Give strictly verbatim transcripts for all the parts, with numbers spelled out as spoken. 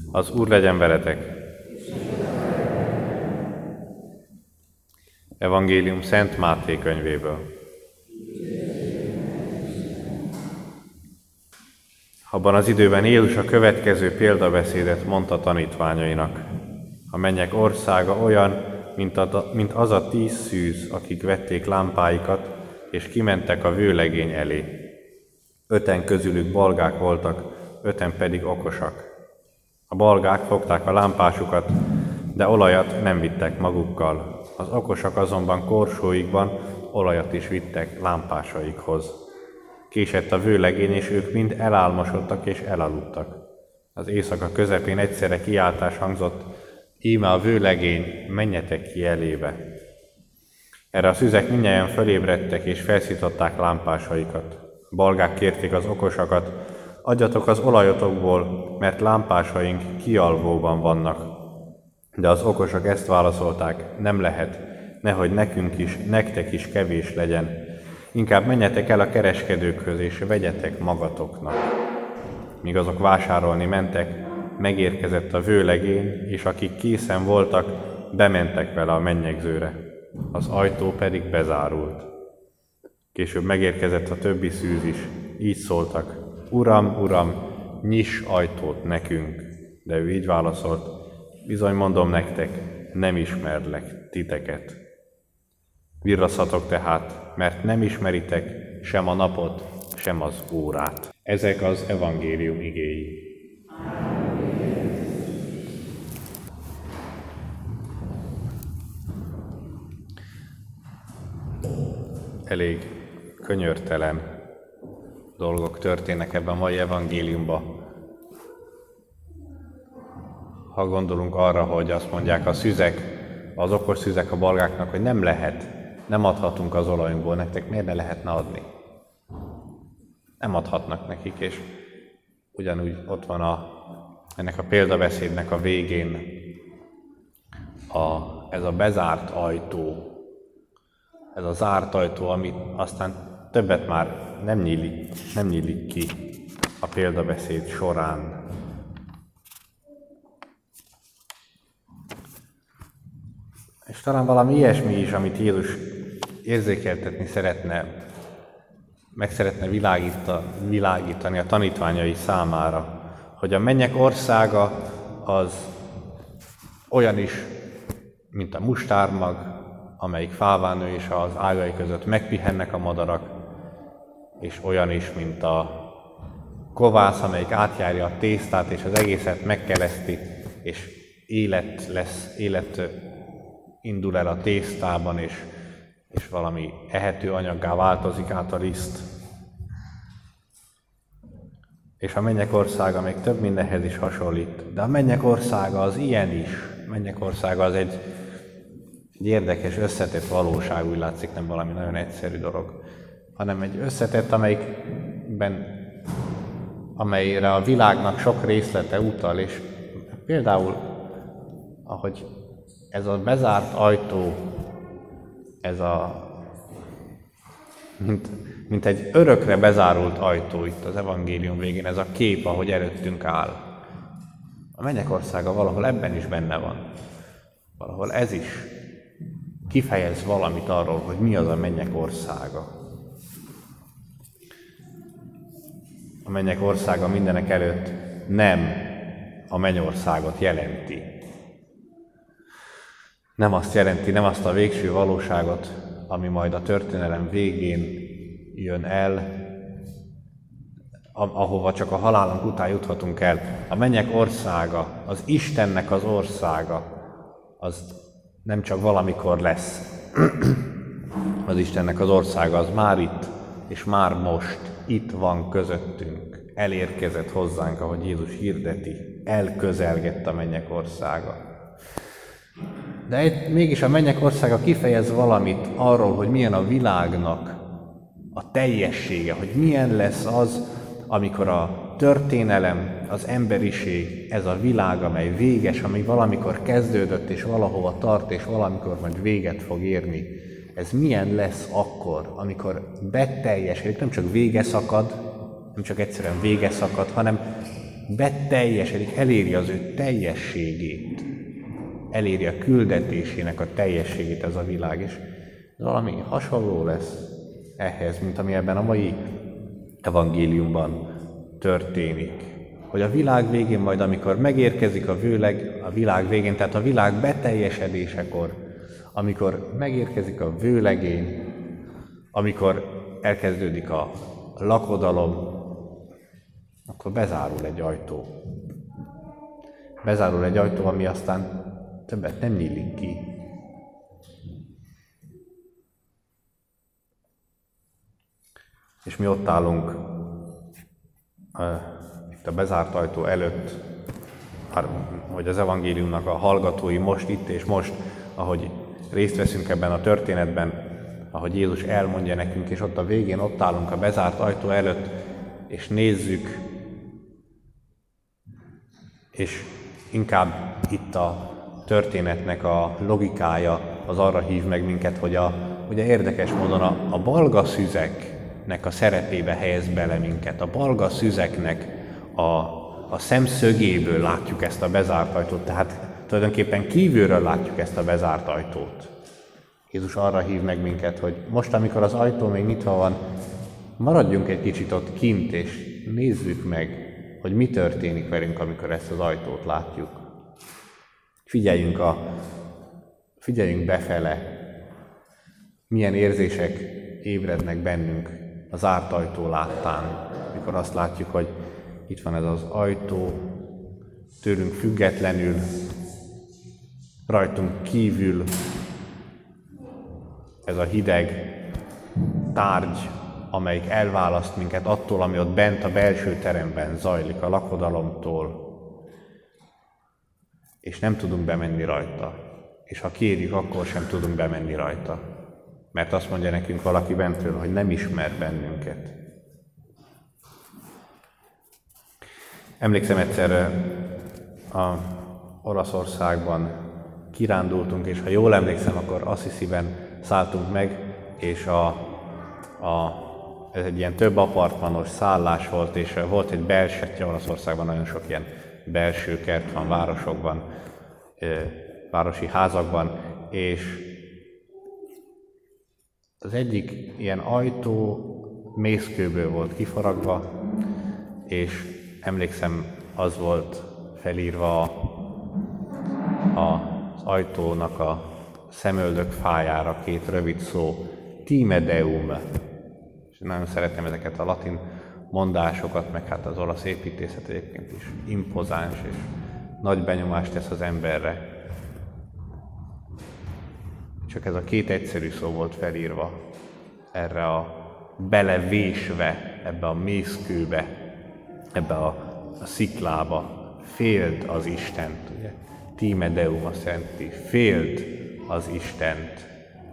Az Úr legyen veletek! Evangélium Szent Máté könyvéből. Abban az időben Jézus a következő példabeszédet mondta tanítványainak. A mennyek országa olyan, mint, a, mint az a tíz szűz, akik vették lámpáikat, és kimentek a vőlegény elé. Öten közülük balgák voltak, öten pedig okosak. A balgák fogták a lámpásukat, de olajat nem vittek magukkal. Az okosak azonban korsóikban olajat is vittek lámpásaikhoz. Késett a vőlegény, és ők mind elálmosodtak és elaludtak. Az éjszaka közepén egyszerre kiáltás hangzott: íme a vőlegény, menjetek ki elébe. Erre a szüzek mindnyájan fölébredtek és felszították lámpásaikat. A balgák kérték az okosakat: adjatok az olajotokból, mert lámpásaink kialvóban vannak. De az okosak ezt válaszolták: nem lehet, nehogy nekünk is, nektek is kevés legyen. Inkább menjetek el a kereskedőkhöz, és vegyetek magatoknak. Míg azok vásárolni mentek, megérkezett a vőlegény, és akik készen voltak, bementek vele a mennyegzőre. Az ajtó pedig bezárult. Később megérkezett a többi szűz is, így szóltak: Uram, Uram, nyiss ajtót nekünk. De ő így válaszolt: bizony mondom nektek, nem ismerlek titeket. Virrasszatok tehát, mert nem ismeritek sem a napot, sem az órát. Ezek az evangélium igéi. Elég könyörtelen dolgok történnek ebben a mai evangéliumban. Ha gondolunk arra, hogy azt mondják a szüzek, az okos szüzek a balgáknak, hogy nem lehet, nem adhatunk az olajunkból, nektek miért ne lehetne adni? Nem adhatnak nekik, és ugyanúgy ott van a, ennek a példabeszédnek a végén a, ez a bezárt ajtó, ez a zárt ajtó, ami aztán többet már nem nyílik, nem nyílik ki a példabeszéd során. És talán valami ilyesmi is, amit Jézus érzékeltetni szeretne, meg szeretne világítani a tanítványai számára, hogy a mennyek országa az olyan is, mint a mustármag, amelyik fáván nő, és az ágai között megpihennek a madarak, és olyan is, mint a kovász, amelyik átjárja a tésztát, és az egészet megkereszti, és élet lesz, élet indul el a tésztában, és, és valami ehető anyaggá változik át a liszt. És a mennyek országa még több mindenhez is hasonlít, de a mennyek országa az ilyen is. A mennyek országa az egy, egy érdekes, összetett valóság, úgy látszik, nem valami nagyon egyszerű dolog, hanem egy összetett, amelyikben, amelyre a világnak sok részlete utal, és például, ahogy ez a bezárt ajtó, ez a, mint, mint egy örökre bezárult ajtó itt az evangélium végén, ez a kép, ahogy előttünk áll. A mennyek országa valahol ebben is benne van. Valahol ez is kifejez valamit arról, hogy mi az a mennyek országa. A mennyek országa mindenek előtt nem a mennyországot jelenti. Nem azt jelenti, nem azt a végső valóságot, ami majd a történelem végén jön el, ahova csak a halálunk után juthatunk el. A mennyek országa, az Istennek az országa, az nem csak valamikor lesz. Az Istennek az országa az már itt, és már most itt van közöttünk. Elérkezett hozzánk, ahogy Jézus hirdeti, elközelgett a mennyek országa. De egy, mégis a mennyek országa kifejez valamit arról, hogy milyen a világnak a teljessége, hogy milyen lesz az, amikor a történelem, az emberiség, ez a világ, amely véges, ami valamikor kezdődött és valahova tart, és valamikor majd véget fog érni. Ez milyen lesz akkor, amikor beteljesedik, nem csak vége szakad, nem csak egyszerűen vége szakad, hanem beteljesedik, eléri az ő teljességét, eléri a küldetésének a teljességét ez a világ, és valami hasonló lesz ehhez, mint ami ebben a mai evangéliumban történik. Hogy a világ végén majd, amikor megérkezik a vőleg, a világ végén, tehát a világ beteljesedésekor, amikor megérkezik a vőlegény, amikor elkezdődik a lakodalom, akkor bezárul egy ajtó. Bezárul egy ajtó, ami aztán többet nem nyílik ki. És mi ott állunk uh, itt a bezárt ajtó előtt, hogy az evangéliumnak a hallgatói most itt és most, ahogy részt veszünk ebben a történetben, ahogy Jézus elmondja nekünk, és ott a végén ott állunk a bezárt ajtó előtt, és nézzük, és inkább itt a történetnek a logikája az arra hív meg minket, hogy a, ugye érdekes módon a, a balga szüzeknek a szerepébe helyez bele minket. A balga szüzeknek a, a szemszögéből látjuk ezt a bezárt ajtót, tehát tulajdonképpen kívülről látjuk ezt a bezárt ajtót. Jézus arra hív meg minket, hogy most, amikor az ajtó még nyitva van, maradjunk egy kicsit ott kint, és nézzük meg, hogy mi történik velünk, amikor ezt az ajtót látjuk. Figyeljünk, a, figyeljünk befele, milyen érzések ébrednek bennünk az zárt ajtó láttán, mikor azt látjuk, hogy itt van ez az ajtó, tőlünk függetlenül, rajtunk kívül ez a hideg tárgy, amelyik elválaszt minket attól, ami ott bent a belső teremben zajlik, a lakodalomtól, és nem tudunk bemenni rajta. És ha kérjük, akkor sem tudunk bemenni rajta. Mert azt mondja nekünk valaki bentről, hogy nem ismer bennünket. Emlékszem egyszer a Olaszországban kirándultunk, és ha jól emlékszem, akkor Assisiben szálltunk meg, és a, a, ez egy ilyen több apartmanos szállás volt, és volt egy belső, Olaszországban nagyon sok ilyen belső kert van városokban, városi házakban, és az egyik ilyen ajtó mészkőből volt kifaragva, és emlékszem, az volt felírva az ajtónak a szemöldök fájára két rövid szó, Time Deum. És nagyon szeretem ezeket a latin mondásokat, meg hát az olasz építészet egyébként is impozáns, és nagy benyomást tesz az emberre. Csak ez a két egyszerű szó volt felírva erre a belevésve, ebbe a mészkőbe, ebbe a, a sziklába. Féld az Istent, ugye? Time Deum azt jelenti, féld az Istent.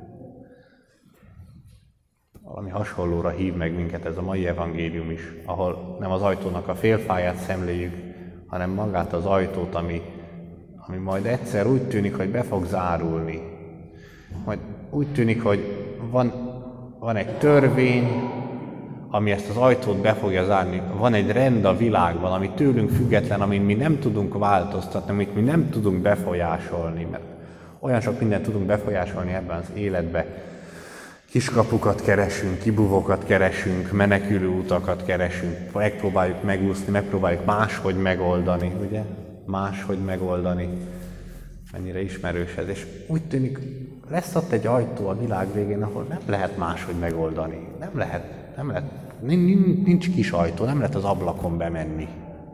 Valami hasonlóra hív meg minket ez a mai evangélium is, ahol nem az ajtónak a félfáját szemléljük, hanem magát az ajtót, ami, ami majd egyszer úgy tűnik, hogy be fog zárulni. Majd úgy tűnik, hogy van, van egy törvény, ami ezt az ajtót be fogja zárni. Van egy rend a világban, ami tőlünk független, amit mi nem tudunk változtatni, amit mi nem tudunk befolyásolni, mert olyan sok mindent tudunk befolyásolni ebben az életben. Kiskapukat keresünk, kibúvókat keresünk, menekülő utakat keresünk, megpróbáljuk megúszni, megpróbáljuk máshogy megoldani, ugye? Máshogy megoldani. Mennyire ismerős ez. És úgy tűnik, lesz ott egy ajtó a világ végén, ahol nem lehet máshogy megoldani. Nem lehet, nem lehet, nincs, nincs kis ajtó, nem lehet az ablakon bemenni.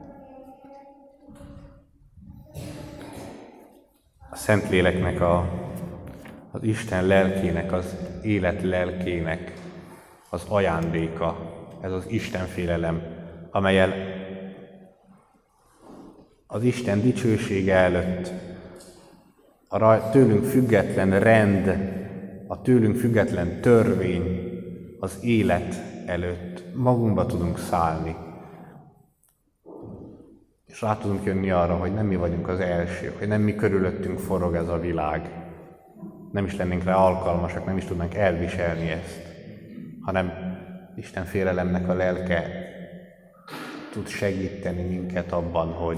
A Szentléleknek, a, az Isten lelkének, az élet lelkének az ajándéka, ez az Istenfélelem, amellyel az Isten dicsősége előtt a tőlünk független rend, a tőlünk független törvény, az élet előtt magunkba tudunk szállni. És rá tudunk jönni arra, hogy nem mi vagyunk az elsők, hogy nem mi körülöttünk forog ez a világ. Nem is lennénk rá alkalmasak, nem is tudnánk elviselni ezt, hanem Isten félelemnek a lelke tud segíteni minket abban, hogy,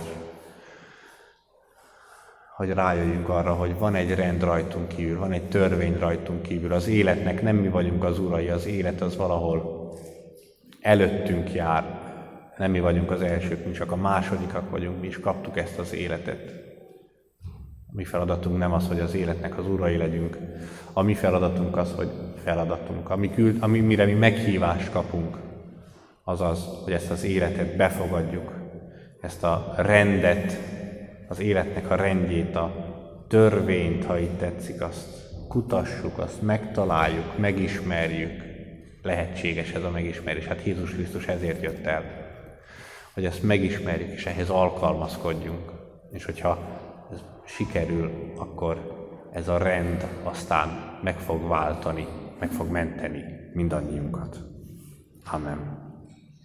hogy rájöjjünk arra, hogy van egy rend rajtunk kívül, van egy törvény rajtunk kívül. Az életnek nem mi vagyunk az urai, az élet az valahol előttünk jár. Nem mi vagyunk az elsők, mi csak a másodikak vagyunk, mi is kaptuk ezt az életet. A mi feladatunk nem az, hogy az életnek az urai legyünk. A mi feladatunk az, hogy feladatunk. Ami, küld, ami mire mi meghívást kapunk, az az, hogy ezt az életet befogadjuk. Ezt a rendet, az életnek a rendjét, a törvényt, ha így tetszik, azt kutassuk, azt megtaláljuk, megismerjük. Lehetséges ez a megismerés. Hát Jézus Krisztus ezért jött el, hogy ezt megismerjük, és ehhez alkalmazkodjunk. És hogyha ez sikerül, akkor ez a rend aztán meg fog váltani, meg fog menteni mindannyiunkat. Amen.